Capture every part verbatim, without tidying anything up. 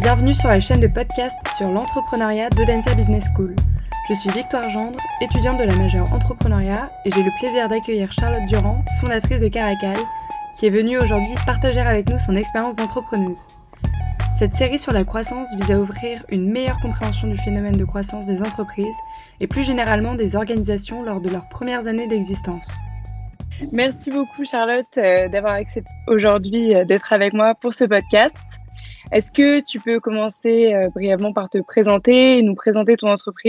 Bienvenue sur la chaîne de podcast sur l'entrepreneuriat d'Audencia Business School. Je suis Victoire Gendre, étudiante de la majeure entrepreneuriat et j'ai le plaisir d'accueillir Charlotte Durand, fondatrice de Caracal, qui est venue aujourd'hui partager avec nous son expérience d'entrepreneuse. Cette série sur la croissance vise à offrir une meilleure compréhension du phénomène de croissance des entreprises et plus généralement des organisations lors de leurs premières années d'existence. Merci beaucoup Charlotte euh, d'avoir accepté aujourd'hui euh, d'être avec moi pour ce podcast. Est-ce que tu peux commencer euh, brièvement par te présenter et nous présenter ton entreprise ?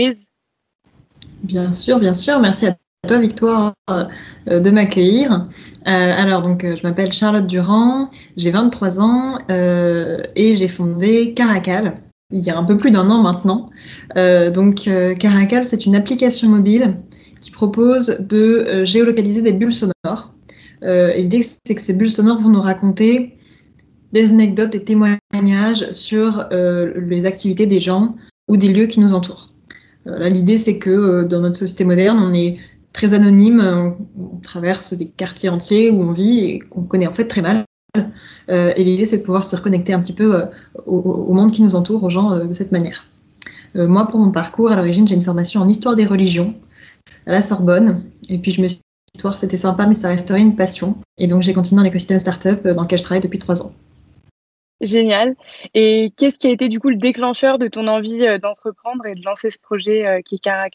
Bien sûr, bien sûr. Merci à toi Victoire euh, de m'accueillir. Euh, alors donc euh, je m'appelle Charlotte Durand, j'ai vingt-trois ans euh, et j'ai fondé Caracal il y a un peu plus d'un an maintenant. Euh, donc euh, Caracal, c'est une application mobile qui propose de euh, géolocaliser des bulles sonores. Euh, et l'idée, c'est que ces bulles sonores vont nous raconter des anecdotes, des témoignages sur euh, les activités des gens ou des lieux qui nous entourent. Euh, là, l'idée, c'est que euh, dans notre société moderne, on est très anonyme, on, on traverse des quartiers entiers où on vit et qu'on connaît en fait très mal. Euh, et l'idée, c'est de pouvoir se reconnecter un petit peu euh, au, au monde qui nous entoure, aux gens euh, de cette manière. Euh, moi, pour mon parcours, à l'origine, j'ai une formation en histoire des religions à la Sorbonne. Et puis, je me suis dit, l'histoire, c'était sympa, mais ça resterait une passion. Et donc, j'ai continué dans l'écosystème startup dans lequel je travaille depuis trois ans. Génial. Et qu'est-ce qui a été du coup le déclencheur de ton envie d'entreprendre et de lancer ce projet qui est Caracal ?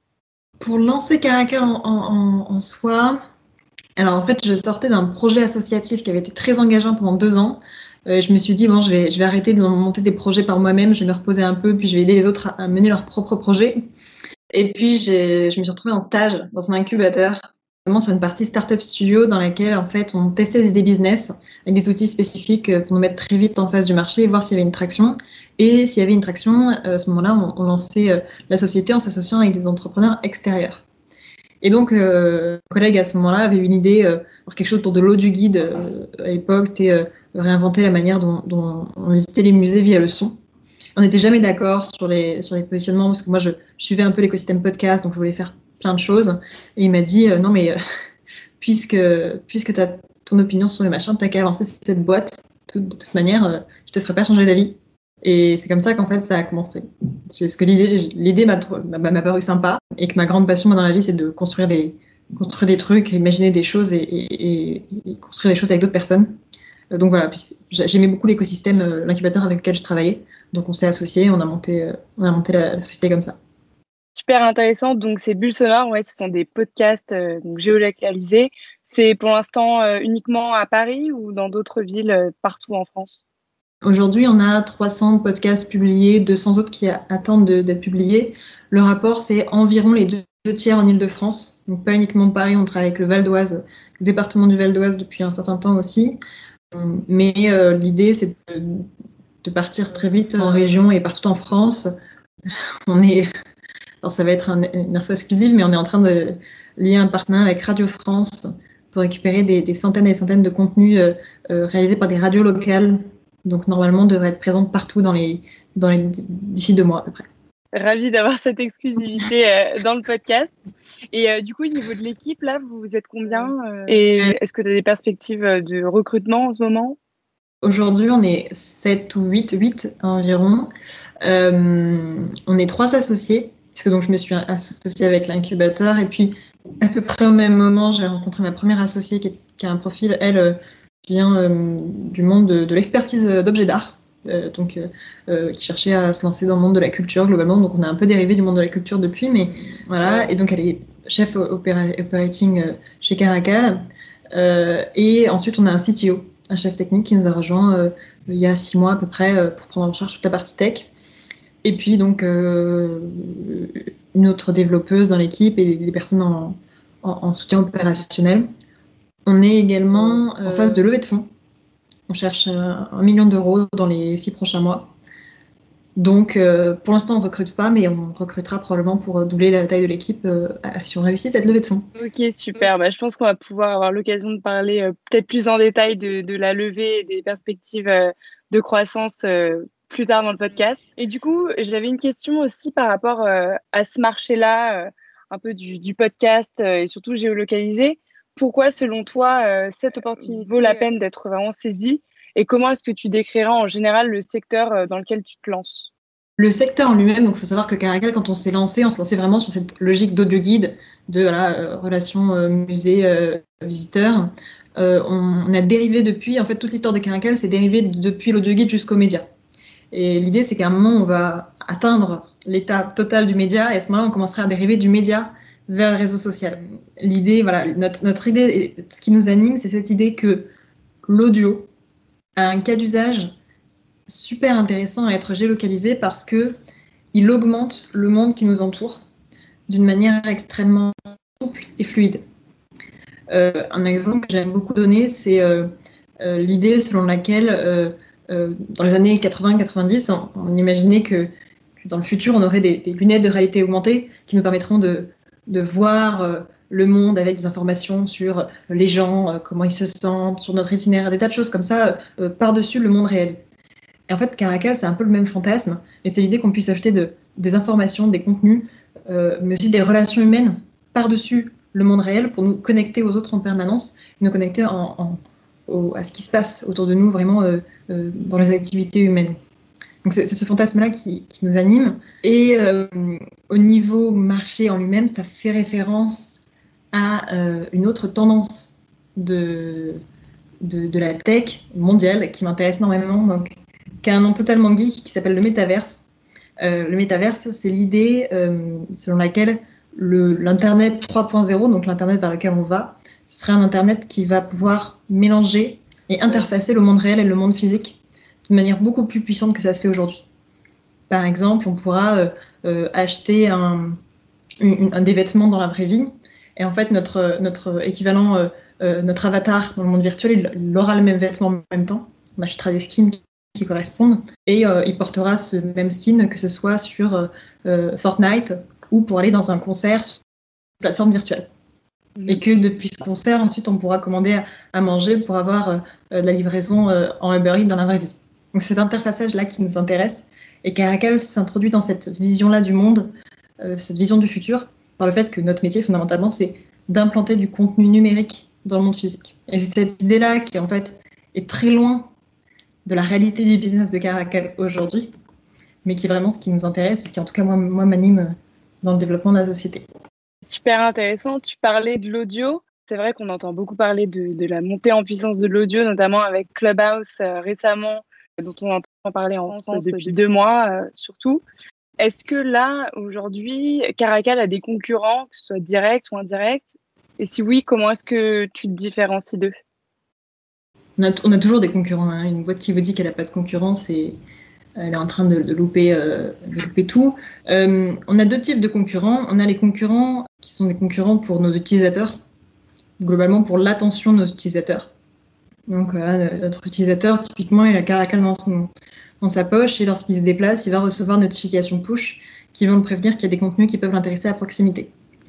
Pour lancer Caracal en, en, en soi, alors en fait, je sortais d'un projet associatif qui avait été très engageant pendant deux ans. Euh, je me suis dit, bon, je vais, je vais arrêter de monter des projets par moi-même, je vais me reposer un peu, puis je vais aider les autres à, à mener leurs propres projets. Et puis, j'ai, je me suis retrouvée en stage dans un incubateur, vraiment sur une partie Startup Studio dans laquelle, en fait, on testait des idées business avec des outils spécifiques pour nous mettre très vite en face du marché et voir s'il y avait une traction. Et s'il y avait une traction, à ce moment-là, on, on lançait la société en s'associant avec des entrepreneurs extérieurs. Et donc, euh, un collègue à ce moment-là avait une idée, euh, pour quelque chose autour de l'eau du guide. Euh, à l'époque, c'était euh, réinventer la manière dont, dont on visitait les musées via le son. On n'était jamais d'accord sur les, sur les positionnements parce que moi, je, je suivais un peu l'écosystème podcast, donc je voulais faire plein de choses. Et il m'a dit, euh, non mais euh, puisque, puisque tu as ton opinion sur le machin, tu n'as qu'à lancer cette boîte. Tout, de toute manière, euh, je ne te ferai pas changer d'avis. Et c'est comme ça qu'en fait, ça a commencé. Parce que l'idée, l'idée m'a, m'a, m'a paru sympa et que ma grande passion moi, dans la vie, c'est de construire des, construire des trucs, imaginer des choses et, et, et, et construire des choses avec d'autres personnes. Donc voilà, puis j'aimais beaucoup l'écosystème, l'incubateur avec lequel je travaillais. Donc on s'est associés, on a monté, on a monté la, la société comme ça. Super intéressant. Donc ces bulles sonores, ouais, ce sont des podcasts euh, donc géolocalisés. C'est pour l'instant euh, uniquement à Paris ou dans d'autres villes euh, partout en France ? Aujourd'hui, on a trois cents podcasts publiés, deux cents autres qui attendent de, d'être publiés. Le rapport, c'est environ les deux, deux tiers en Île-de-France. Donc pas uniquement Paris, on travaille avec le Val d'Oise, le département du Val d'Oise depuis un certain temps aussi. Mais euh, l'idée, c'est de, de partir très vite en région et partout en France. On est, alors ça va être un, une info exclusive, mais on est en train de lier un partenariat avec Radio France pour récupérer des, des centaines et des centaines de contenus euh, euh, réalisés par des radios locales. Donc normalement, on devrait être présente partout dans les, dans les, d'ici deux mois à peu près. Ravie d'avoir cette exclusivité euh, dans le podcast. Et euh, du coup, au niveau de l'équipe, là, vous êtes combien euh, Et est-ce que tu as des perspectives de recrutement en ce moment ? Aujourd'hui, on est sept ou huit, huit environ. Euh, on est trois associés, puisque donc je me suis associée avec l'incubateur. Et puis, à peu près au même moment, j'ai rencontré ma première associée qui, est, qui a un profil, elle, qui vient euh, du monde de, de l'expertise d'objets d'art. Euh, donc, euh, qui cherchait à se lancer dans le monde de la culture globalement. Donc, on a un peu dérivé du monde de la culture depuis, mais voilà. Et donc, elle est chef opéra- operating chez Caracal. Euh, et ensuite, on a un C T O, un chef technique qui nous a rejoint euh, il y a six mois à peu près euh, pour prendre en charge toute la partie tech. Et puis, donc, euh, une autre développeuse dans l'équipe et des personnes en, en, en soutien opérationnel. On est également euh, en phase de levée de fonds. On cherche un, un million d'euros dans les six prochains mois. Donc, euh, pour l'instant, on ne recrute pas, mais on recrutera probablement pour doubler la taille de l'équipe euh, si on réussit cette levée de fonds. Ok, super. Bah, je pense qu'on va pouvoir avoir l'occasion de parler euh, peut-être plus en détail de, de la levée et des perspectives euh, de croissance euh, plus tard dans le podcast. Et du coup, j'avais une question aussi par rapport euh, à ce marché-là, euh, un peu du, du podcast euh, et surtout géolocalisé. Pourquoi, selon toi, euh, cette opportunité vaut la peine d'être vraiment saisie Et comment est-ce que tu décrirais en général le secteur dans lequel tu te lances ? Le secteur en lui-même, donc il faut savoir que Caracal, quand on s'est lancé, on s'est lancé vraiment sur cette logique d'audio guide, de voilà, euh, relation euh, musée-visiteur. Euh, on, on a dérivé depuis, en fait, toute l'histoire de Caracal, c'est dérivé depuis l'audio guide jusqu'aux médias. Et l'idée, c'est qu'à un moment, on va atteindre l'état total du média, et à ce moment-là, on commencera à dériver du média vers le réseau social. L'idée, voilà, notre, notre idée, ce qui nous anime, c'est cette idée que l'audio a un cas d'usage super intéressant à être géolocalisé parce que il augmente le monde qui nous entoure d'une manière extrêmement souple et fluide. Euh, un exemple que j'aime beaucoup donner, c'est euh, euh, l'idée selon laquelle, euh, euh, dans les années quatre-vingts quatre-vingt-dix, on, on imaginait que, que dans le futur, on aurait des, des lunettes de réalité augmentée qui nous permettront de, de voir euh, le monde avec des informations sur les gens, euh, comment ils se sentent, sur notre itinéraire, des tas de choses comme ça, euh, par-dessus le monde réel. Et en fait, Caracal, c'est un peu le même fantasme, et c'est l'idée qu'on puisse ajouter de, des informations, des contenus, euh, mais aussi des relations humaines par-dessus le monde réel pour nous connecter aux autres en permanence, nous connecter en, en, au, à ce qui se passe autour de nous, vraiment euh, euh, dans les activités humaines. Donc c'est, c'est ce fantasme-là qui, qui nous anime. Et euh, au niveau marché en lui-même, ça fait référence à euh, une autre tendance de, de, de la tech mondiale qui m'intéresse énormément, donc qui a un nom totalement geek, qui s'appelle le métaverse. Euh, le métaverse, c'est l'idée euh, selon laquelle le, l'Internet trois point zéro, donc l'Internet vers lequel on va, ce serait un Internet qui va pouvoir mélanger et interfacer le monde réel et le monde physique d'une manière beaucoup plus puissante que ça se fait aujourd'hui. Par exemple, on pourra euh, euh, acheter un, une, un, des vêtements dans la vraie vie, et en fait, notre, notre équivalent, euh, euh, notre avatar dans le monde virtuel, il, il aura le même vêtement en même temps. On achètera des skins qui qui correspondent, et euh, il portera ce même skin, que ce soit sur euh, Fortnite ou pour aller dans un concert sur une plateforme virtuelle. Mmh. Et que depuis ce concert, ensuite, on pourra commander à, à manger pour avoir euh, de la livraison euh, en Uber Eats dans la vraie vie. Donc c'est cet interfaçage-là qui nous intéresse, et Caracal s'introduit dans cette vision-là du monde, euh, cette vision du futur, par le fait que notre métier, fondamentalement, c'est d'implanter du contenu numérique dans le monde physique. Et c'est cette idée-là qui, en fait, est très loin de la réalité du business de Caracal aujourd'hui, mais qui est vraiment ce qui nous intéresse et ce qui, en tout cas, moi, moi m'anime dans le développement de la société. Super intéressant. Tu parlais de l'audio. C'est vrai qu'on entend beaucoup parler de, de la montée en puissance de l'audio, notamment avec Clubhouse euh, récemment, dont on entend parler en France depuis deux mois euh, surtout. Est-ce que là, aujourd'hui, Caracal a des concurrents, que ce soit directs ou indirects ? Et si oui, comment est-ce que tu te différencies d'eux ? On a, on a toujours des concurrents. Hein. Une boîte qui vous dit qu'elle n'a pas de concurrence, et elle est en train de, de, louper, euh, de louper tout. Euh, on a deux types de concurrents. On a les concurrents qui sont des concurrents pour nos utilisateurs, globalement pour l'attention de nos utilisateurs. Donc voilà, notre utilisateur, typiquement, il a Caracal dans, son, dans sa poche, et lorsqu'il se déplace, il va recevoir une notification push qui vont le prévenir qu'il y a des contenus qui peuvent l'intéresser à proximité.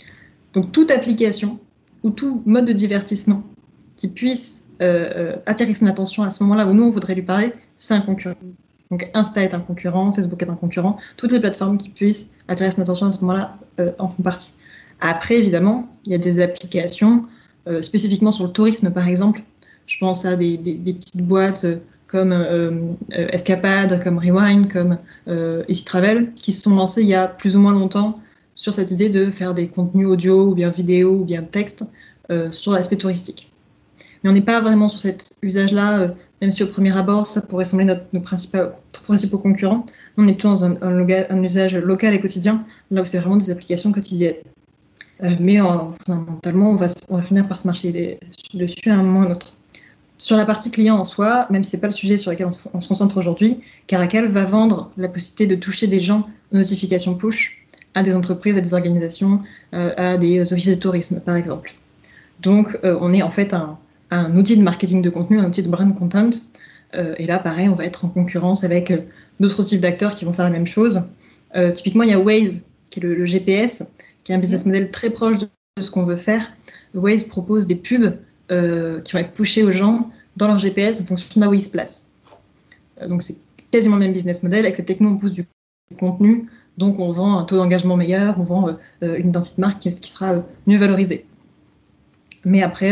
Donc toute application ou tout mode de divertissement qui puisse Euh, attirer son attention à ce moment-là où nous on voudrait lui parler, c'est un concurrent. Donc Insta est un concurrent, Facebook est un concurrent, toutes les plateformes qui puissent attirer son attention à ce moment-là euh, en font partie. Après, évidemment, il y a des applications euh, spécifiquement sur le tourisme, par exemple. Je pense à des, des, des petites boîtes euh, comme euh, euh, Escapade, comme Rewind, comme euh, Easy Travel, qui se sont lancées il y a plus ou moins longtemps sur cette idée de faire des contenus audio ou bien vidéo ou bien texte euh, sur l'aspect touristique. Mais on n'est pas vraiment sur cet usage-là, euh, même si au premier abord, ça pourrait sembler notre, nos principaux, principaux concurrents. On est plutôt dans un, un, loga, un usage local et quotidien, là où c'est vraiment des applications quotidiennes. Euh, mais en, fondamentalement, on va, on va finir par se marcher les, dessus à un moment ou à un autre. Sur la partie client en soi, même si ce n'est pas le sujet sur lequel on, on se concentre aujourd'hui, Caracal va vendre la possibilité de toucher des gens aux notifications push à des entreprises, à des organisations, euh, à des offices de tourisme, par exemple. Donc, euh, on est en fait un un outil de marketing de contenu, un outil de brand content. Euh, et là, pareil, on va être en concurrence avec euh, d'autres types d'acteurs qui vont faire la même chose. Euh, typiquement, il y a Waze, qui est le, le G P S, qui est un business model très proche de, de ce qu'on veut faire. Waze propose des pubs euh, qui vont être pushées aux gens dans leur G P S en fonction de là où ils se placent. Euh, donc, c'est quasiment le même business model. Avec cette techno, on pousse du contenu, donc on vend un taux d'engagement meilleur, on vend euh, une identité de marque qui, qui sera euh, mieux valorisée. Mais après, euh,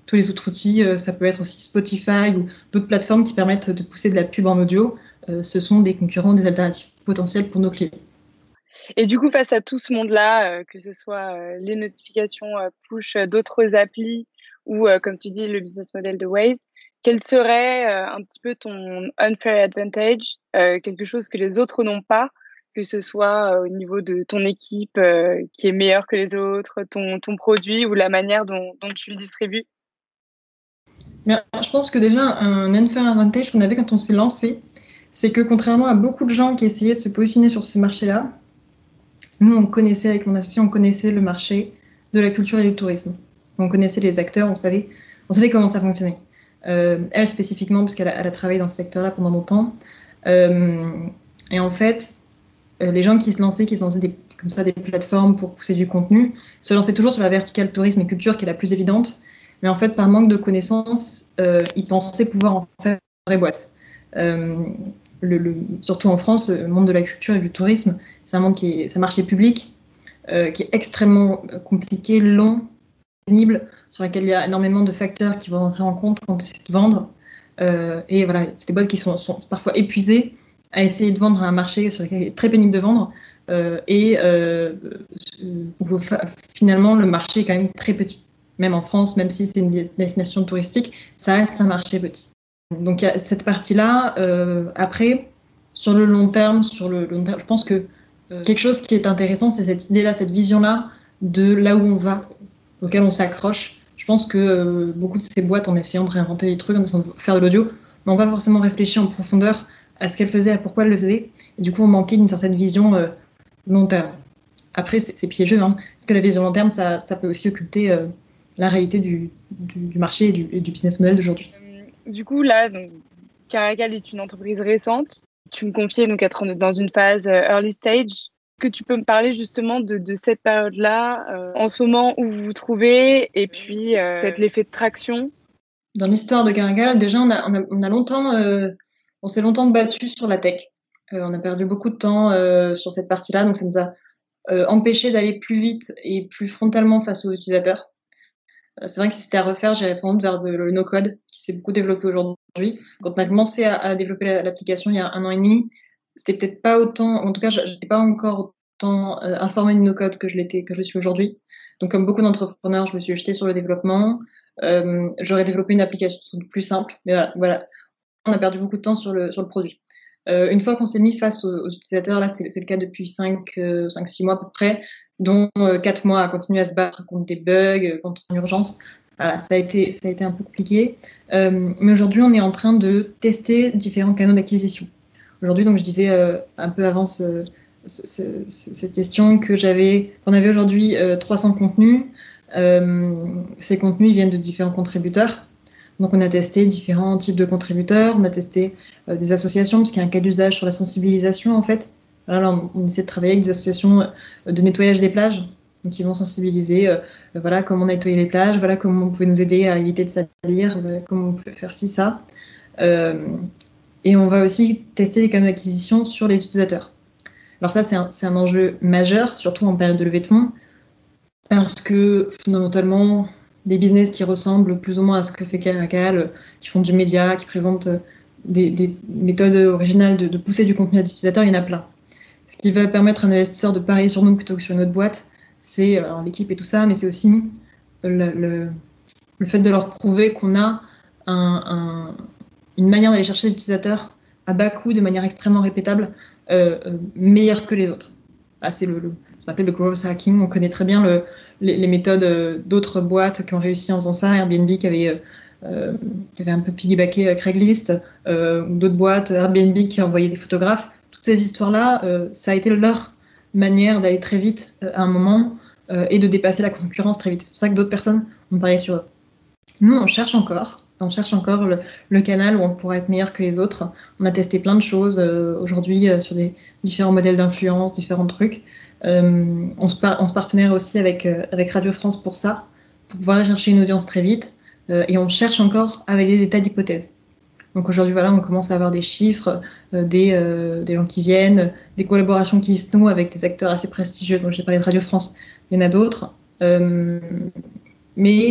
tous les autres outils. Euh, ça peut être aussi Spotify ou d'autres plateformes qui permettent de pousser de la pub en audio. Euh, ce sont des concurrents, des alternatives potentielles pour nos clients. Et du coup, face à tout ce monde-là, euh, que ce soit euh, les notifications euh, push euh, d'autres applis ou, euh, comme tu dis, le business model de Waze, quel serait euh, un petit peu ton unfair advantage, euh, quelque chose que les autres n'ont pas, que ce soit euh, au niveau de ton équipe euh, qui est meilleure que les autres, ton, ton produit ou la manière dont, dont tu le distribues? Bien, je pense que déjà, un unfair advantage qu'on avait quand on s'est lancé, c'est que contrairement à beaucoup de gens qui essayaient de se positionner sur ce marché-là, nous, on connaissait, avec mon associé, on connaissait le marché de la culture et du tourisme. On connaissait les acteurs, on savait, on savait comment ça fonctionnait. Euh, elle spécifiquement, parce qu'elle a, elle a travaillé dans ce secteur-là pendant longtemps. Euh, et en fait, euh, les gens qui se lançaient, qui se lançaient des, comme ça des plateformes pour pousser du contenu, se lançaient toujours sur la verticale tourisme et culture qui est la plus évidente. Mais en fait, par manque de connaissances, euh, ils pensaient pouvoir en faire une vraie boîte. Euh, le, le, surtout en France, le monde de la culture et du tourisme, c'est un monde qui est, c'est un marché public euh, qui est extrêmement compliqué, long, pénible, sur lequel il y a énormément de facteurs qui vont rentrer en compte quand on essaie de vendre. Euh, et voilà, c'est des boîtes qui sont, sont parfois épuisées à essayer de vendre à un marché sur lequel il est très pénible de vendre. Euh, et euh, finalement, le marché est quand même très petit. Même en France, même si c'est une destination touristique, ça reste un marché petit. Donc il y a cette partie-là. Euh, après, sur le long terme, sur le long terme, je pense que euh, quelque chose qui est intéressant, c'est cette idée-là, cette vision-là de là où on va, auquel on s'accroche. Je pense que euh, beaucoup de ces boîtes, en essayant de réinventer des trucs, en essayant de faire de l'audio, n'ont pas forcément réfléchi en profondeur à ce qu'elles faisaient, à pourquoi elles le faisaient. Et du coup, on manquait d'une certaine vision euh, long terme. Après, c'est, c'est piégeux, hein, parce que la vision long terme, ça, ça peut aussi occulter euh, la réalité du, du, du marché et du, et du business model d'aujourd'hui. Du coup, là, donc, Caracal est une entreprise récente. Tu me confiais donc être dans une phase early stage. Que tu peux me parler justement de, de cette période-là, euh, en ce moment où vous vous trouvez, et puis euh, peut-être l'effet de traction? Dans l'histoire de Caracal, déjà, on a, on a, on a longtemps, euh, on s'est longtemps battu sur la tech. Euh, on a perdu beaucoup de temps euh, sur cette partie-là, donc ça nous a euh, empêché d'aller plus vite et plus frontalement face aux utilisateurs. C'est vrai que si c'était à refaire, j'irais sans doute vers de, le no-code, qui s'est beaucoup développé aujourd'hui. Quand on a commencé à, à développer l'application il y a un an et demi, c'était peut-être pas autant, en tout cas, j'étais pas encore autant euh, informée du no-code que je l'étais, que je le suis aujourd'hui. Donc, comme beaucoup d'entrepreneurs, je me suis jetée sur le développement. Euh, j'aurais développé une application plus simple, mais voilà, voilà. On a perdu beaucoup de temps sur le, sur le produit. Euh, une fois qu'on s'est mis face aux, aux utilisateurs, là, c'est, c'est le cas depuis cinq six mois à peu près, dont euh, quatre mois à continuer à se battre contre des bugs, contre une urgence. Voilà, ça a été, ça a été un peu compliqué. Euh, mais aujourd'hui, on est en train de tester différents canaux d'acquisition. Aujourd'hui, donc je disais euh, un peu avant ce, ce, ce, cette question que j'avais, qu'on avait aujourd'hui euh, trois cents contenus. Euh, ces contenus ils viennent de différents contributeurs. Donc on a testé différents types de contributeurs, on a testé euh, des associations, parce qu'il y a un cas d'usage sur la sensibilisation en fait. Là, on, on essaie de travailler avec des associations de nettoyage des plages, donc ils vont sensibiliser, euh, voilà comment nettoyer les plages, voilà comment on pouvait nous aider à éviter de salir, voilà, comment on peut faire ci, ça. Euh, et on va aussi tester les canaux d'acquisition sur les utilisateurs. Alors ça, c'est un, c'est un enjeu majeur, surtout en période de levée de fonds, parce que fondamentalement, des business qui ressemblent plus ou moins à ce que fait Caracal, qui font du média, qui présentent des, des méthodes originales de, de pousser du contenu à des utilisateurs, il y en a plein. Ce qui va permettre à un investisseur de parier sur nous plutôt que sur une autre boîte, c'est alors, l'équipe et tout ça, mais c'est aussi le, le, le fait de leur prouver qu'on a un, un, une manière d'aller chercher des utilisateurs à bas coût, de manière extrêmement répétable, euh, meilleure que les autres. Ah, c'est le, le, ce qu'on appelle le growth hacking. On connaît très bien le, les, les méthodes euh, d'autres boîtes qui ont réussi en faisant ça. Airbnb qui avait, euh, qui avait un peu piggybacké Craigslist, euh, ou d'autres boîtes, Airbnb qui a envoyé des photographes. Toutes ces histoires-là, euh, ça a été leur manière d'aller très vite euh, à un moment euh, et de dépasser la concurrence très vite. C'est pour ça que d'autres personnes ont parié sur eux. Nous, on cherche encore. On cherche encore le, le canal où on pourra être meilleur que les autres. On a testé plein de choses euh, aujourd'hui euh, sur des différents modèles d'influence, différents trucs. Euh, on, se par, on se partenaire aussi avec, euh, avec Radio France pour ça, pour pouvoir aller chercher une audience très vite. Euh, et on cherche encore à valider des tas d'hypothèses. Donc aujourd'hui, voilà, on commence à avoir des chiffres, euh, des, euh, des gens qui viennent, des collaborations qui se nouent avec des acteurs assez prestigieux. Donc j'ai parlé de Radio France, il y en a d'autres. Euh, mais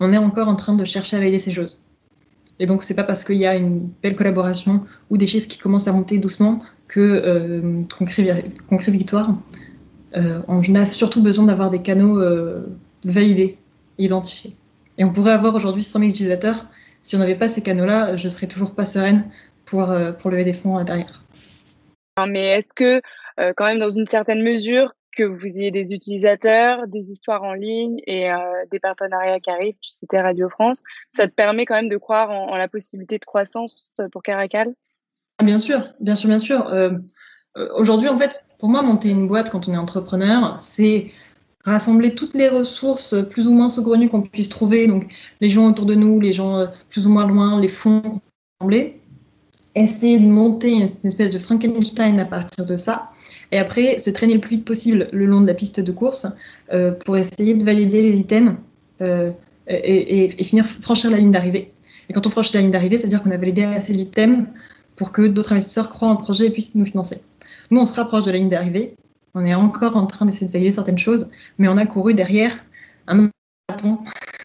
on est encore en train de chercher à valider ces choses. Et donc, c'est pas parce qu'il y a une belle collaboration ou des chiffres qui commencent à monter doucement que, euh, qu'on, crie, qu'on crie victoire. Euh, on a surtout besoin d'avoir des canaux euh, validés, identifiés. Et on pourrait avoir aujourd'hui cent mille utilisateurs. Si on n'avait pas ces canaux-là, je ne serais toujours pas sereine pour, euh, pour lever des fonds euh, derrière. Mais est-ce que, euh, quand même, dans une certaine mesure, que vous ayez des utilisateurs, des histoires en ligne et euh, des partenariats qui arrivent, tu citais Radio France, ça te permet quand même de croire en, en la possibilité de croissance pour Caracal? Bien sûr, bien sûr, bien sûr. Euh, aujourd'hui, en fait, pour moi, monter une boîte quand on est entrepreneur, c'est rassembler toutes les ressources plus ou moins saugrenues qu'on puisse trouver, donc les gens autour de nous, les gens plus ou moins loin, les fonds qu'on peut rassembler, essayer de monter une, une espèce de Frankenstein à partir de ça, et après se traîner le plus vite possible le long de la piste de course euh, pour essayer de valider les items euh, et, et, et finir franchir la ligne d'arrivée. Et quand on franchit la ligne d'arrivée, ça veut dire qu'on a validé assez d'items pour que d'autres investisseurs croient en projet et puissent nous financer. Nous, on se rapproche de la ligne d'arrivée. On est encore en train d'essayer de valider certaines choses, mais on a couru derrière un marathon.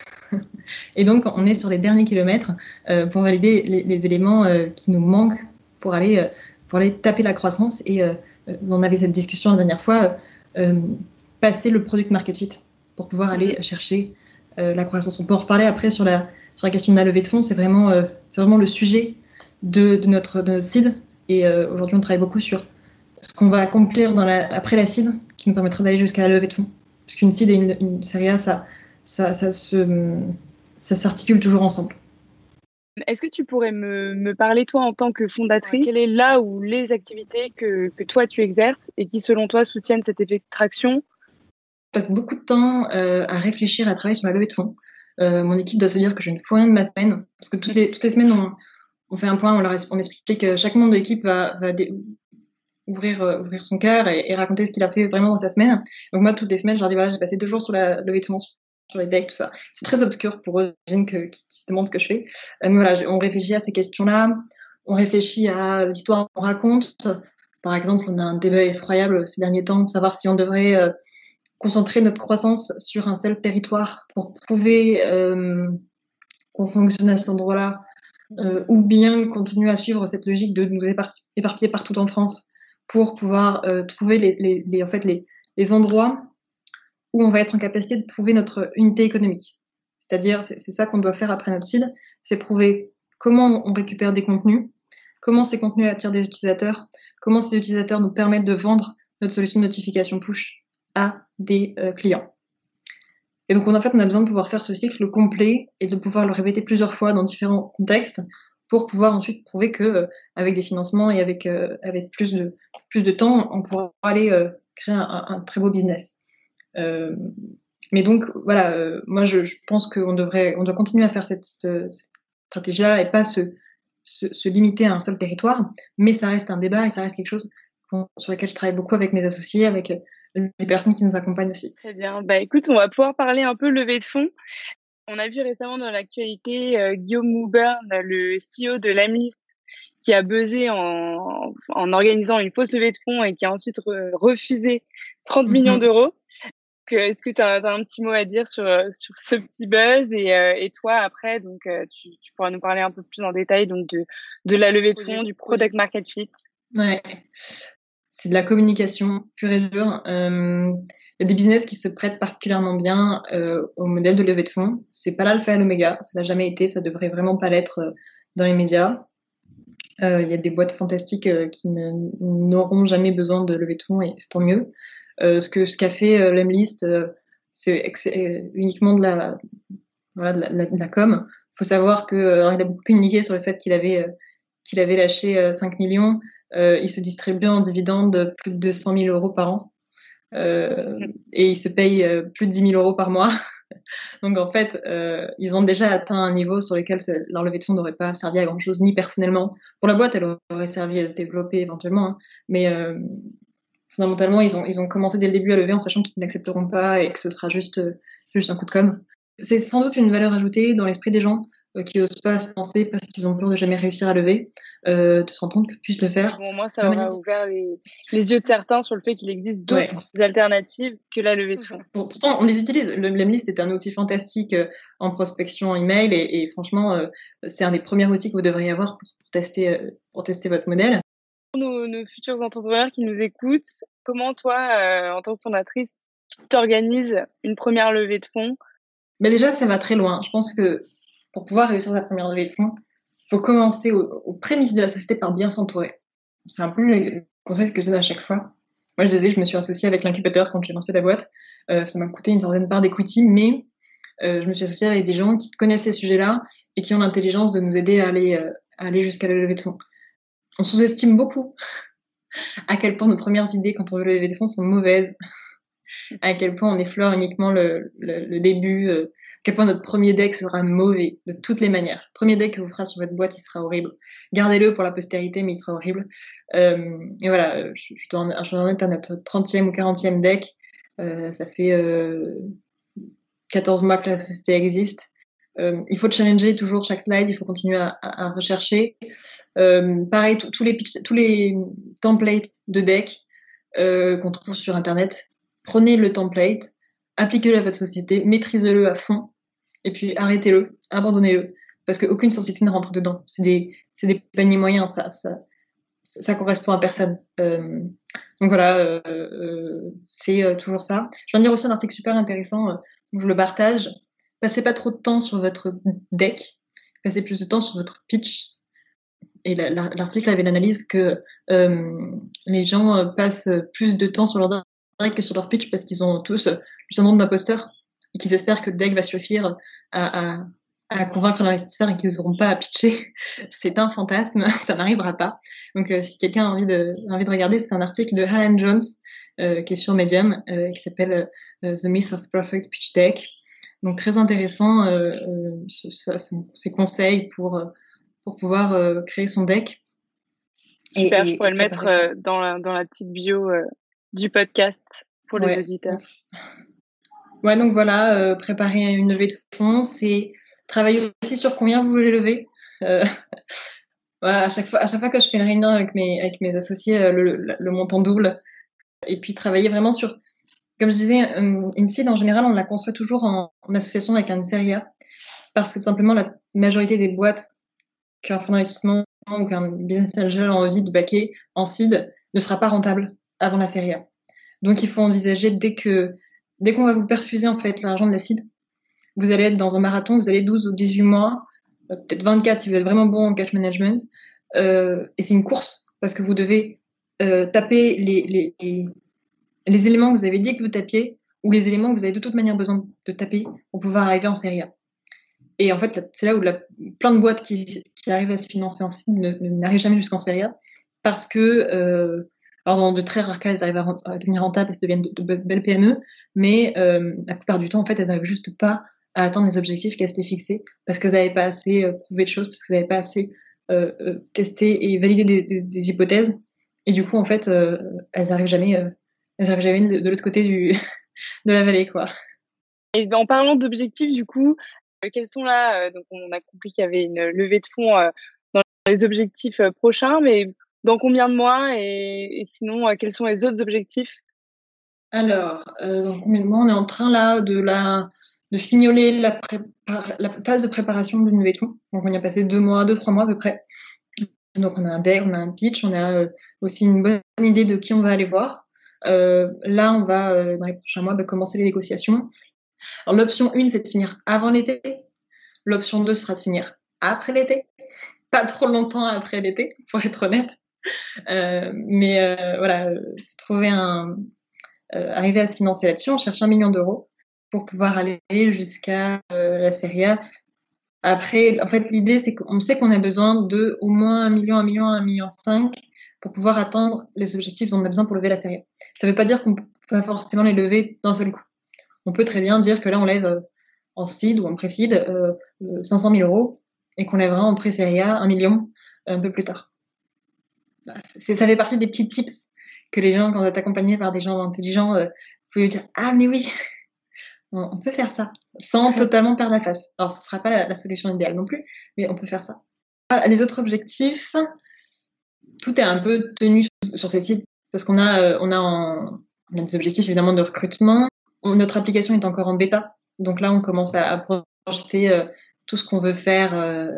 Et donc, on est sur les derniers kilomètres euh, pour valider les, les éléments euh, qui nous manquent pour aller, euh, pour aller taper la croissance. Et euh, on avait cette discussion la dernière fois, euh, passer le product market fit pour pouvoir aller chercher euh, la croissance. On peut en reparler après sur la, sur la question de la levée de fonds. C'est vraiment, euh, c'est vraiment le sujet de, de, notre, de notre seed. Et euh, aujourd'hui, on travaille beaucoup sur ce qu'on va accomplir dans la, après la seed, qui nous permettra d'aller jusqu'à la levée de fonds. Parce qu'une seed et une, une série A, ça, ça, ça, se, ça s'articule toujours ensemble. Est-ce que tu pourrais me, me parler, toi, en tant que fondatrice, quelle est là ou les activités que, que toi, tu exerces et qui, selon toi, soutiennent cet effet de traction? Je passe beaucoup de temps euh, à réfléchir, à travailler sur la levée de fonds. Euh, mon équipe doit se dire que je ne fous rien de ma semaine, parce que toutes les, toutes les semaines, on, on fait un point, on, leur, on explique que chaque membre de l'équipe va, va dé- Ouvrir, euh, ouvrir son cœur et, et raconter ce qu'il a fait vraiment dans sa semaine. Donc moi, toutes les semaines, je leur dis, voilà, j'ai passé deux jours sur la levée de fonds, sur les decks, tout ça. C'est très obscur pour eux, j'imagine, que, qui, qui se demandent ce que je fais. Euh, mais voilà, on réfléchit à ces questions-là, on réfléchit à l'histoire qu'on raconte. Par exemple, on a un débat effroyable ces derniers temps pour savoir si on devrait euh, concentrer notre croissance sur un seul territoire pour prouver euh, qu'on fonctionne à cet endroit-là, euh, ou bien continuer à suivre cette logique de nous éparpiller partout en France pour pouvoir euh, trouver les, les, les, en fait, les, les endroits où on va être en capacité de prouver notre unité économique. C'est-à-dire, c'est, c'est ça qu'on doit faire après notre seed, c'est prouver comment on récupère des contenus, comment ces contenus attirent des utilisateurs, comment ces utilisateurs nous permettent de vendre notre solution de notification push à des euh, clients. Et donc, on, en fait, on a besoin de pouvoir faire ce cycle complet et de pouvoir le répéter plusieurs fois dans différents contextes pour pouvoir ensuite prouver que, euh, avec des financements et avec, euh, avec plus de, plus de temps, on pourra aller euh, créer un, un très beau business. Euh, mais donc, voilà, euh, moi, je, je pense qu'on devrait, on doit continuer à faire cette, cette stratégie-là et pas se, se, se limiter à un seul territoire, mais ça reste un débat et ça reste quelque chose sur lequel je travaille beaucoup avec mes associés, avec les personnes qui nous accompagnent aussi. Très bien. Bah, écoute, on va pouvoir parler un peu levée de fonds. On a vu récemment dans l'actualité euh, Guillaume Mouburn, le C E O de Lemlist, qui a buzzé en, en organisant une fausse levée de fonds et qui a ensuite re- refusé trente mm-hmm. millions d'euros. Donc, est-ce que tu as un petit mot à dire sur, sur ce petit buzz et, euh, et toi, après, donc, euh, tu, tu pourras nous parler un peu plus en détail donc, de, de la levée de fonds, du product market fit. Ouais. C'est de la communication pure et dure. Euh, il y a des business qui se prêtent particulièrement bien euh, au modèle de levée de fonds. C'est pas l'alpha et l'oméga, ça n'a jamais été, ça devrait vraiment pas l'être euh, dans les médias. Euh, il y a des boîtes fantastiques euh, qui ne, n'auront jamais besoin de levée de fonds et c'est tant mieux. Euh, ce que ce qu'a fait euh, Lemlist, euh, c'est, c'est uniquement de la, voilà, de la, de la com. Il faut savoir que alors, il a beaucoup communiqué sur le fait qu'il avait euh, qu'il avait lâché euh, cinq millions. Euh, il se distribue en dividendes plus de cent mille euros par an euh, et il se paye euh, plus de dix mille euros par mois. Donc en fait, euh, ils ont déjà atteint un niveau sur lequel leur levée de fonds n'aurait pas servi à grand chose, ni personnellement. Pour la boîte, elle aurait servi à se développer éventuellement, hein, mais euh, fondamentalement, ils ont, ils ont commencé dès le début à lever en sachant qu'ils n'accepteront pas et que ce sera juste, juste un coup de com'. C'est sans doute une valeur ajoutée dans l'esprit des gens euh, qui n'osent pas se lancer parce qu'ils ont peur de jamais réussir à lever, euh, de se rendre compte qu'ils puissent le faire. Bon, moi, ça aura ouvert les, les yeux de certains sur le fait qu'il existe d'autres ouais. alternatives que la levée de fonds. Pourtant, on les utilise. Le Lemlist est un outil fantastique euh, en prospection email et, et franchement, euh, c'est un des premiers outils que vous devriez avoir pour, pour, tester, euh, pour tester votre modèle. Pour nos, nos futurs entrepreneurs qui nous écoutent, comment toi, euh, en tant que fondatrice, tu organises une première levée de fonds? Mais déjà, ça va très loin. Je pense que pour pouvoir réussir sa première levée de fonds, il faut commencer au, aux prémices de la société par bien s'entourer. C'est un peu le conseil que je donne à chaque fois. Moi, je disais, je me suis associée avec l'incubateur quand j'ai lancé la boîte. Euh, ça m'a coûté une certaine part d'equity, mais euh, je me suis associée avec des gens qui connaissent ces sujets-là et qui ont l'intelligence de nous aider à aller, euh, à aller jusqu'à la levée de fonds. On sous-estime beaucoup à quel point nos premières idées quand on veut lever des fonds sont mauvaises, à quel point on effleure uniquement le, le, le début, euh, à quel point notre premier deck sera mauvais de toutes les manières. Le premier deck que vous ferez sur votre boîte, il sera horrible. Gardez-le pour la postérité, mais il sera horrible. Euh, et voilà, je, je dois en, je dois en être à notre trentième ou quarantième deck. Euh, ça fait euh, quatorze mois que la société existe. Euh, il faut challenger toujours chaque slide, il faut continuer à, à, à rechercher. Euh, pareil, tous les, tous les templates de deck euh, qu'on trouve sur Internet, prenez le template, appliquez-le à votre société, maîtrisez-le à fond, et puis arrêtez-le, abandonnez-le, parce qu'aucune société ne rentre dedans. C'est des, c'est des paniers moyens, ça, ça, ça correspond à personne. Euh, donc voilà, euh, euh, c'est euh, toujours ça. Je viens de lire aussi un article super intéressant, euh, je le partage. Passez pas trop de temps sur votre deck, passez plus de temps sur votre pitch. Et la, la, l'article avait l'analyse que euh, les gens passent plus de temps sur leur deck que sur leur pitch parce qu'ils ont tous le syndrome d'imposteur et qu'ils espèrent que le deck va suffire à, à, à convaincre l'investisseur et qu'ils n'auront pas à pitcher. C'est un fantasme, ça n'arrivera pas. Donc euh, si quelqu'un a envie de, a envie de regarder, c'est un article de Alan Jones euh, qui est sur Medium, euh, qui s'appelle euh, The Myth of Perfect Pitch Deck. Donc très intéressant euh, euh, ce, ce, ces conseils pour, pour pouvoir euh, créer son deck. Super, et, je pourrais et le mettre euh, dans, la, dans la petite bio euh, du podcast pour ouais. les auditeurs. Ouais, donc voilà, euh, préparer une levée de fonds, c'est travailler aussi sur combien vous voulez lever. Euh, voilà, à chaque fois, à chaque fois que je fais une réunion avec mes, avec mes associés, euh, le, le, le montant double. Et puis travailler vraiment sur... Comme je disais, une seed, en général, on la construit toujours en, en association avec un série A, parce que tout simplement, la majorité des boîtes qui ont un fonds d'investissement ou qu'un business angel a envie de backer en seed ne sera pas rentable avant la série A. Donc, il faut envisager dès que dès qu'on va vous perfuser en fait l'argent de la seed, vous allez être dans un marathon, vous allez douze ou dix-huit mois, peut-être vingt-quatre si vous êtes vraiment bon en cash management, euh, et c'est une course parce que vous devez euh, taper les, les, les les éléments que vous avez dit que vous tapiez ou les éléments que vous avez de toute manière besoin de taper pour pouvoir arriver en série A. Et en fait, c'est là où la, plein de boîtes qui, qui arrivent à se financer en seed ne, n'arrivent jamais jusqu'en série A parce que, euh, alors dans de très rares cas, elles arrivent à, à devenir rentables et se deviennent de, de, de belles P M E, mais euh, la plupart du temps, en fait, elles n'arrivent juste pas à atteindre les objectifs qu'elles s'étaient fixés parce qu'elles n'avaient pas assez euh, prouvé de choses, parce qu'elles n'avaient pas assez euh, euh, testé et validé des, des, des hypothèses. Et du coup, en fait, euh, elles n'arrivent jamais... Euh, elles n'arrivent jamais de, de l'autre côté du, de la vallée, quoi. Et en parlant d'objectifs, du coup, euh, quels sont là, euh, donc on a compris qu'il y avait une levée de fonds euh, dans les objectifs euh, prochains, mais dans combien de mois et, et sinon, euh, quels sont les autres objectifs? Alors, euh, dans combien de mois on est en train là de, la, de fignoler la, prépar- la phase de préparation d'une levée de fonds. Donc on y a passé deux mois, deux, trois mois à peu près. Donc on a un deck, on a un pitch, on a euh, aussi une bonne idée de qui on va aller voir. Euh, là, on va, euh, dans les prochains mois, bah, commencer les négociations. Alors, l'option un, c'est de finir avant l'été. L'option deux sera de finir après l'été. Pas trop longtemps après l'été, pour être honnête. Euh, mais euh, voilà, euh, trouver un, euh, arriver à se financer là-dessus. On cherche un million d'euros pour pouvoir aller jusqu'à euh, la série A. Après, en fait, l'idée, c'est qu'on sait qu'on a besoin de au moins un million, un million, un million cinq pour pouvoir atteindre les objectifs dont on a besoin pour lever la série A. Ça ne veut pas dire qu'on ne peut pas forcément les lever d'un seul coup. On peut très bien dire que là, on lève euh, en seed ou en pré-seed euh, cinq cent mille euros et qu'on lèvera en pré-série A un million un peu plus tard. C'est, ça fait partie des petits tips que les gens, quand vous êtes accompagnés par des gens intelligents, euh, vous pouvez dire « Ah, mais oui, on, on peut faire ça sans totalement perdre la face. Alors, ce ne sera pas la, la solution idéale non plus, mais on peut faire ça. Ah, les autres objectifs, tout est un peu tenu sur, sur ces sites parce qu'on a, euh, on a, en, on a des objectifs évidemment de recrutement. On, notre application est encore en bêta, donc là, on commence à, à projeter euh, tout ce qu'on veut faire euh,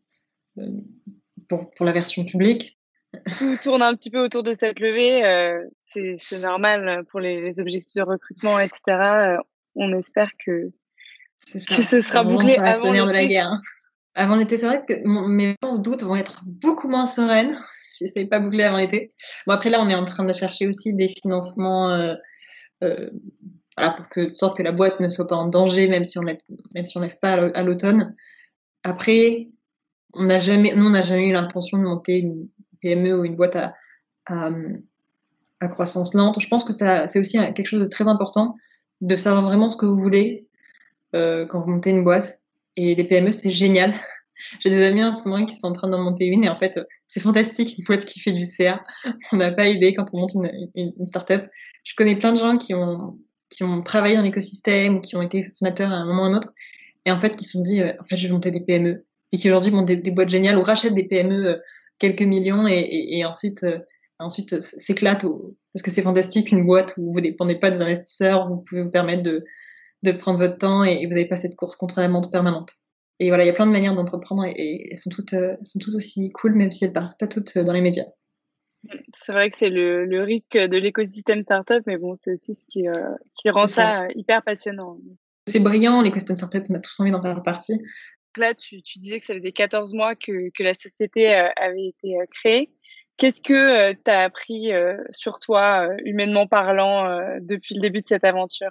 pour, pour la version publique. Tout tourne un petit peu autour de cette levée. Euh, c'est, c'est normal pour les, les objectifs de recrutement, et cetera. Euh, on espère que, que ce sera bouclé ça avant l'été. De la guerre. Hein. Avant l'été, c'est vrai, parce que mon, mes vacances d'août vont être beaucoup moins sereines si c'est pas bouclé avant l'été. Bon, après là, on est en train de chercher aussi des financements euh, euh, voilà, pour que, de sorte que la boîte ne soit pas en danger, même si on lève, même si on lève pas à l'automne. Après, on n'a jamais, nous, on n'a jamais eu l'intention de monter une P M E ou une boîte à, à, à croissance lente. Je pense que ça, c'est aussi quelque chose de très important de savoir vraiment ce que vous voulez euh, quand vous montez une boîte. Et les P M E, c'est génial. J'ai des amis en ce moment qui sont en train d'en monter une et en fait, c'est fantastique, une boîte qui fait du C A. On n'a pas idée quand on monte une, une, une start-up. Je connais plein de gens qui ont, qui ont travaillé dans l'écosystème ou qui ont été fondateurs à un moment ou à un autre et en fait, qui se sont dit, euh, en fait, je vais monter des P M E et qui aujourd'hui montent des, des boîtes géniales ou rachètent des P M E euh, quelques millions et, et, et ensuite, euh, ensuite euh, s'éclatent au, parce que c'est fantastique, une boîte où vous dépendez pas des investisseurs, où vous pouvez vous permettre de, de prendre votre temps et, et vous n'avez pas cette course contre la montre permanente. Et voilà, il y a plein de manières d'entreprendre et, et elles sont toutes, euh, sont toutes aussi cool, même si elles paraissent pas toutes dans les médias. C'est vrai que c'est le, le risque de l'écosystème startup, mais bon, c'est aussi ce qui, euh, qui rend ça, ça hyper passionnant. C'est brillant, l'écosystème startup, on a tous envie d'en faire partie. Là, tu, tu disais que ça faisait quatorze mois que, que la société euh, avait été euh, créée. Qu'est-ce que euh, tu as appris euh, sur toi, euh, humainement parlant, euh, depuis le début de cette aventure?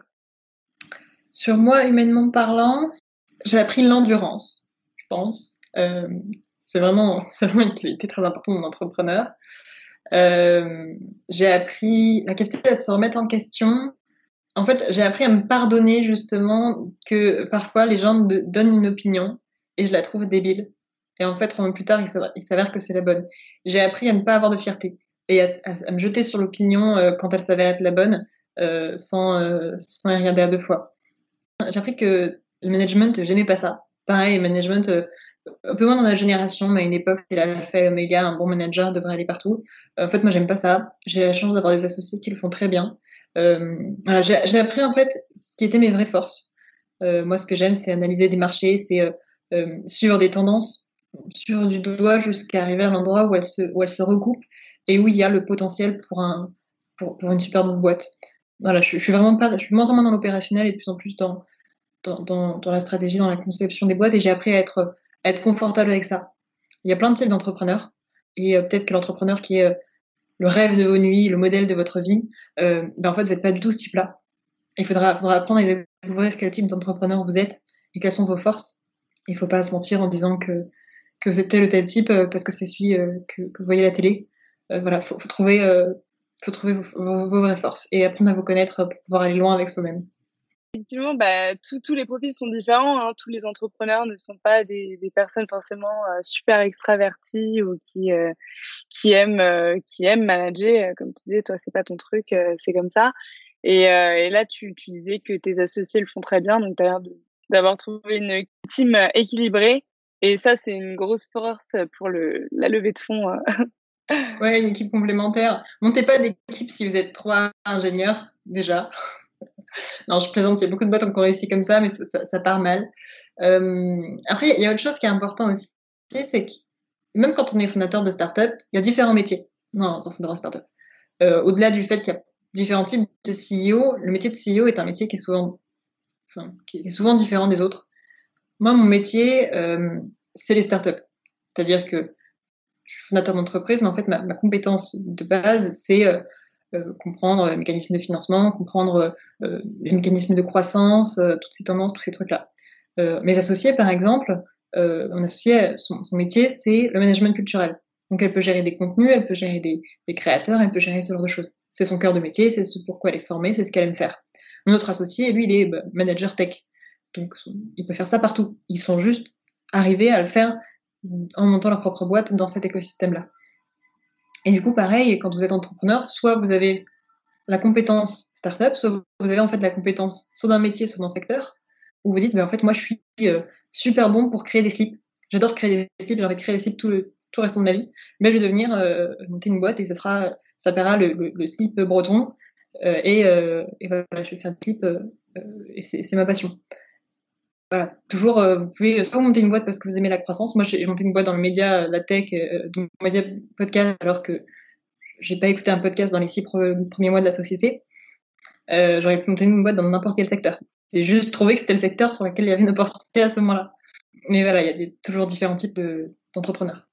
Sur moi, humainement parlant, j'ai appris l'endurance, je pense. Euh, c'est vraiment, c'est vraiment une qualité très importante de mon entrepreneur. Euh, j'ai appris la capacité à se remettre en question. En fait, j'ai appris à me pardonner justement que parfois les gens me donnent une opinion et je la trouve débile. Et en fait, trois mois plus tard, il s'avère, il s'avère que c'est la bonne. J'ai appris à ne pas avoir de fierté et à, à, à me jeter sur l'opinion euh, quand elle s'avère être la bonne, euh, sans, euh, sans y regarder à deux fois. J'ai appris que le management, j'aimais pas ça. Pareil, management, euh, un peu moins dans la génération, mais à une époque, c'était l'alpha et l'oméga, un bon manager devrait aller partout. Euh, en fait, moi, j'aime pas ça. J'ai la chance d'avoir des associés qui le font très bien. Euh, voilà, j'ai, j'ai appris en fait ce qui étaient mes vraies forces. Euh, moi, ce que j'aime, c'est analyser des marchés, c'est euh, euh, suivre des tendances, suivre du doigt jusqu'à arriver à l'endroit où elles se, où elles se recoupent et où il y a le potentiel pour un, pour, pour une superbe boîte. Voilà, je, je suis vraiment pas, je suis moins en moins dans l'opérationnel et de plus en plus dans, dans, dans, dans la stratégie, dans la conception des boîtes et j'ai appris à être, à être confortable avec ça. Il y a plein de types d'entrepreneurs et euh, peut-être que l'entrepreneur qui est euh, le rêve de vos nuits, le modèle de votre vie, euh, ben en fait, vous n'êtes pas du tout ce type-là. Il faudra, faudra apprendre à découvrir quel type d'entrepreneur vous êtes et quelles sont vos forces. Il ne faut pas se mentir en disant que, que vous êtes tel ou tel type euh, parce que c'est celui euh, que, que vous voyez à la télé. Euh, voilà, faut, faut trouver, euh, faut trouver vos, vos, vos vraies forces et apprendre à vous connaître pour pouvoir aller loin avec soi-même. Effectivement, bah, tous tous les profils sont différents. Hein. Tous les entrepreneurs ne sont pas des, des personnes forcément euh, super extraverties ou qui euh, qui aiment euh, qui aiment manager. Comme tu disais, toi, c'est pas ton truc, euh, c'est comme ça. Et, euh, et là, tu, tu disais que tes associés le font très bien, donc tu as l'air de, d'avoir trouvé une team équilibrée. Et ça, c'est une grosse force pour le, la levée de fonds. Ouais, une équipe complémentaire. Montez pas d'équipe si vous êtes trois ingénieurs déjà. Non, je plaisante, il y a beaucoup de boîtes qui ont réussi comme ça, mais ça, ça, ça part mal. Euh, après, il y a autre chose qui est important aussi, c'est que même quand on est fondateur de start-up, il y a différents métiers. Non, sans fondateur de start-up. Euh, au-delà du fait qu'il y a différents types de C E O, le métier de C E O est un métier qui est souvent, enfin, qui est souvent différent des autres. Moi, mon métier, euh, c'est les start-up. C'est-à-dire que je suis fondateur d'entreprise, mais en fait, ma, ma compétence de base, c'est euh, euh, comprendre les mécanismes de financement, comprendre euh, les mécanismes de croissance, euh, toutes ces tendances, tous ces trucs-là. Euh, mes associés, par exemple, euh, mon associé, son, son métier, c'est le management culturel. Donc, elle peut gérer des contenus, elle peut gérer des, des créateurs, elle peut gérer ce genre de choses. C'est son cœur de métier, c'est ce pourquoi elle est formée, c'est ce qu'elle aime faire. Mon autre associé, lui, il est bah, manager tech. Donc, il peut faire ça partout. Ils sont juste arrivés à le faire en montant leur propre boîte dans cet écosystème-là. Et du coup, pareil, quand vous êtes entrepreneur, soit vous avez la compétence startup, soit vous avez en fait la compétence soit d'un métier, soit d'un secteur, où vous dites, bah, en fait, moi, je suis euh, super bon pour créer des slips. J'adore créer des slips, j'ai envie de créer des slips tout le, tout le restant de ma vie. Mais je vais devenir euh, monter une boîte et ça sera, ça s'appellera le, le, le slip breton. Euh, et, euh, et voilà, je vais faire des slips euh, et c'est, c'est ma passion. Voilà, toujours, euh, vous pouvez soit monter une boîte parce que vous aimez la croissance. Moi, j'ai monté une boîte dans le média, la tech, euh, dans le média podcast, alors que j'ai pas écouté un podcast dans les six pre- premiers mois de la société. Euh, j'aurais pu monter une boîte dans n'importe quel secteur. C'est juste trouver que c'était le secteur sur lequel il y avait une opportunité à ce moment-là. Mais voilà, il y a des, toujours différents types de, d'entrepreneurs.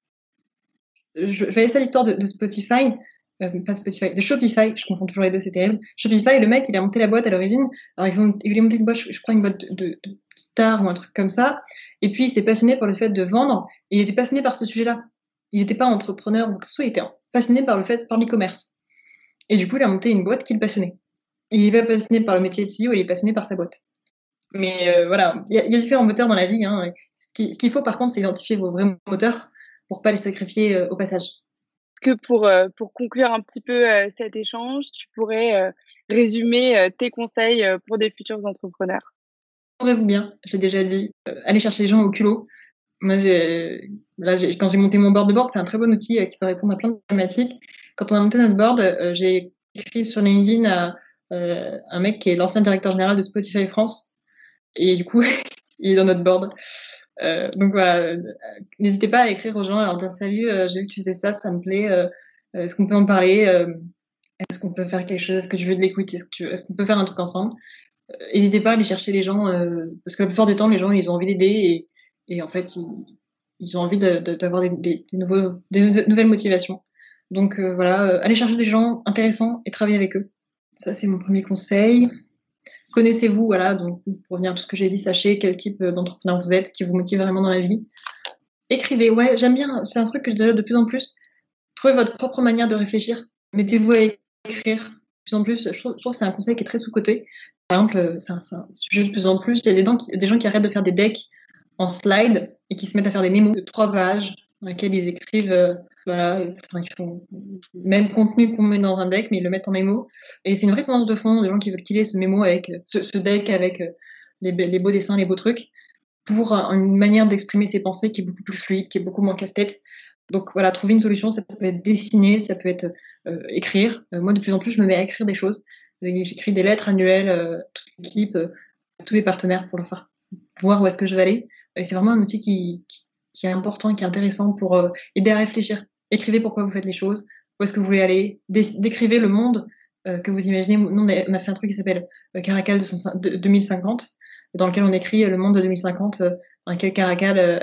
Je, je vais laisser l'histoire de, de Spotify, euh, pas Spotify, de Shopify, je confonds toujours les deux, c'est terrible. Shopify, le mec, il a monté la boîte à l'origine. Alors, il voulait, il voulait monter une boîte, je, je crois, une boîte de, de, de guitare ou un truc comme ça. Et puis, il s'est passionné par le fait de vendre. Et il était passionné par ce sujet-là. Il n'était pas entrepreneur ou que ce soit, il était passionné par le fait, par l'e-commerce. Et du coup, il a monté une boîte qui le passionnait. Il n'est pas passionné par le métier de C E O, il est passionné par sa boîte. Mais euh, voilà, il y, y a différents moteurs dans la vie. Hein. Ce, qui, ce qu'il faut, par contre, c'est identifier vos vrais moteurs pour pas les sacrifier euh, au passage. Que pour, euh, pour conclure un petit peu euh, cet échange, tu pourrais euh, résumer euh, tes conseils euh, pour des futurs entrepreneurs? Entourez-vous bien, je l'ai déjà dit. Euh, allez chercher les gens au culot. Moi, j'ai, là, j'ai, quand j'ai monté mon board de board, c'est un très bon outil euh, qui peut répondre à plein de problématiques. Quand on a monté notre board, euh, j'ai écrit sur LinkedIn à euh, un mec qui est l'ancien directeur général de Spotify France. Et du coup, il est dans notre board. Euh, donc voilà, euh, n'hésitez pas à écrire aux gens, à leur dire salut, euh, j'ai vu que tu faisais ça, ça me plaît, euh, est-ce qu'on peut en parler, euh, est-ce qu'on peut faire quelque chose, est-ce que tu veux de l'écoute, est-ce, que tu, est-ce qu'on peut faire un truc ensemble. euh, N'hésitez pas à aller chercher les gens, euh, parce que la plupart du temps, les gens, ils ont envie d'aider et, et en fait, ils, ils ont envie de, de, d'avoir des, des, des, nouveaux, des nouvelles motivations. Donc euh, voilà, euh, allez chercher des gens intéressants et travailler avec eux. Ça, c'est mon premier conseil. Connaissez-vous, voilà, donc pour revenir à tout ce que j'ai dit, sachez quel type d'entrepreneur vous êtes, ce qui vous motive vraiment dans la vie. Écrivez, ouais, j'aime bien, c'est un truc que je développe de plus en plus. Trouvez votre propre manière de réfléchir. Mettez-vous à écrire de plus en plus. Je trouve, je trouve que c'est un conseil qui est très sous-coté. Par exemple, c'est un, c'est un sujet de plus en plus. Il y a des gens, qui, des gens qui arrêtent de faire des decks en slide et qui se mettent à faire des mémos de trois pages dans lesquels ils écrivent, euh, voilà, enfin, ils font le même contenu qu'on met dans un deck, mais ils le mettent en mémo. Et c'est une vraie tendance de fond, des gens qui veulent killer ce mémo avec, ce, ce deck avec les, les beaux dessins, les beaux trucs, pour une manière d'exprimer ses pensées qui est beaucoup plus fluide, qui est beaucoup moins casse-tête. Donc voilà, trouver une solution, ça peut être dessiner, ça peut être euh, écrire. Euh, moi, de plus en plus, je me mets à écrire des choses. J'écris des lettres annuelles euh, à toute l'équipe, euh, à tous les partenaires pour leur faire voir où est-ce que je vais aller. Et c'est vraiment un outil qui, qui, qui est important, qui est intéressant pour euh, aider à réfléchir. Écrivez pourquoi vous faites les choses, où est-ce que vous voulez aller, Dé- décrivez le monde euh, que vous imaginez. Nous, on a, on a fait un truc qui s'appelle euh, Caracal deux mille cinquante, dans lequel on écrit euh, le monde de deux mille cinquante, euh, dans lequel Caracal euh,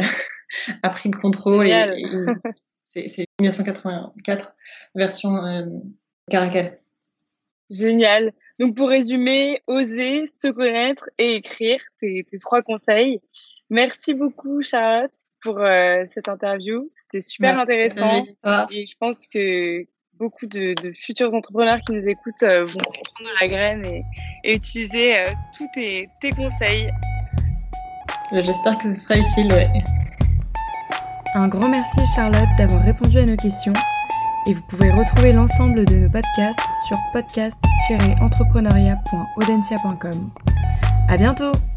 a pris le contrôle. Et, et, et c'est, c'est dix-neuf cent quatre-vingt-quatre version euh, Caracal. Génial. Donc pour résumer, oser, se connaître et écrire, tes, tes trois conseils. Merci beaucoup Charlotte pour euh, cette interview. C'était super ouais, intéressant et je pense que beaucoup de, de futurs entrepreneurs qui nous écoutent euh, vont prendre la graine et, et utiliser euh, tous tes, tes conseils. J'espère que ce sera utile. Ouais. Un grand merci Charlotte d'avoir répondu à nos questions. Et vous pouvez retrouver l'ensemble de nos podcasts sur podcast tiret entrepreneuriat point audencia point com. À bientôt!